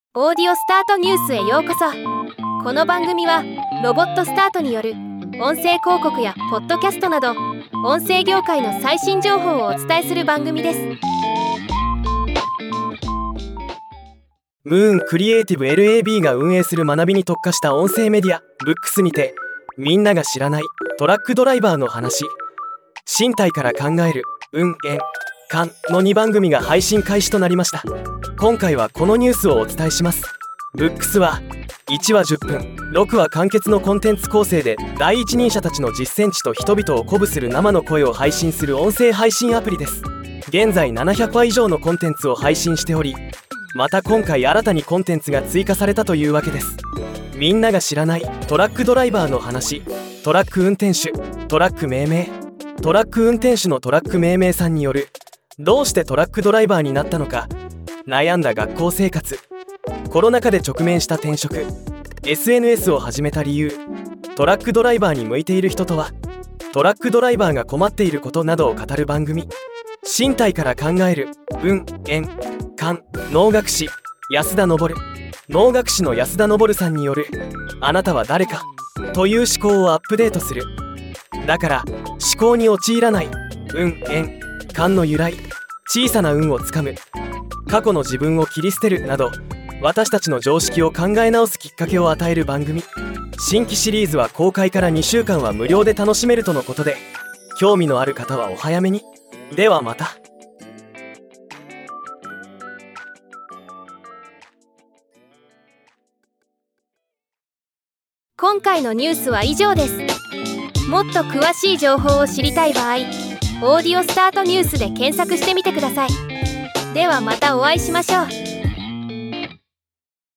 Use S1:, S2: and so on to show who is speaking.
S1: オーディオスタートニュースへようこそ。この番組はロボットスタートによる音声広告やポッドキャストなど音声業界の最新情報をお伝えする番組です。
S2: ムーンクリエイティブ LAB が運営する学びに特化した音声メディアブックスにて、みんなが知らないトラックドライバーの話、身体から考える運縁感の2番組が配信開始となりました。今回はこのニュースをお伝えします。ブックスは1話10分6話完結のコンテンツ構成で、第一人者たちの実践地と人々を鼓舞する生の声を配信する音声配信アプリです。現在700話以上のコンテンツを配信しており、また今回新たにコンテンツが追加されたというわけです。みんなが知らないトラックドライバーの話、トラック運転手、トラック命名。トラック運転手のトラック命名さんによるどうしてトラックドライバーになったのか、悩んだ学校生活、コロナ禍で直面した転職、 SNS を始めた理由、トラックドライバーに向いている人とは、トラックドライバーが困っていることなどを語る番組。身体から考える運縁感。能楽師安田昇。能楽師の安田昇さんによるあなたは誰かという思考をアップデートする。だから思考に陥らない運縁感の由来、小さな運をつかむ、過去の自分を切り捨てるなど、私たちの常識を考え直すきっかけを与える番組。新規シリーズは公開から2週間は無料で楽しめるとのことで、興味のある方はお早めに。ではまた。
S1: 今回のニュースは以上です。もっと詳しい情報を知りたい場合、オーディオスタートニュースで検索してみてください。ではまたお会いしましょう。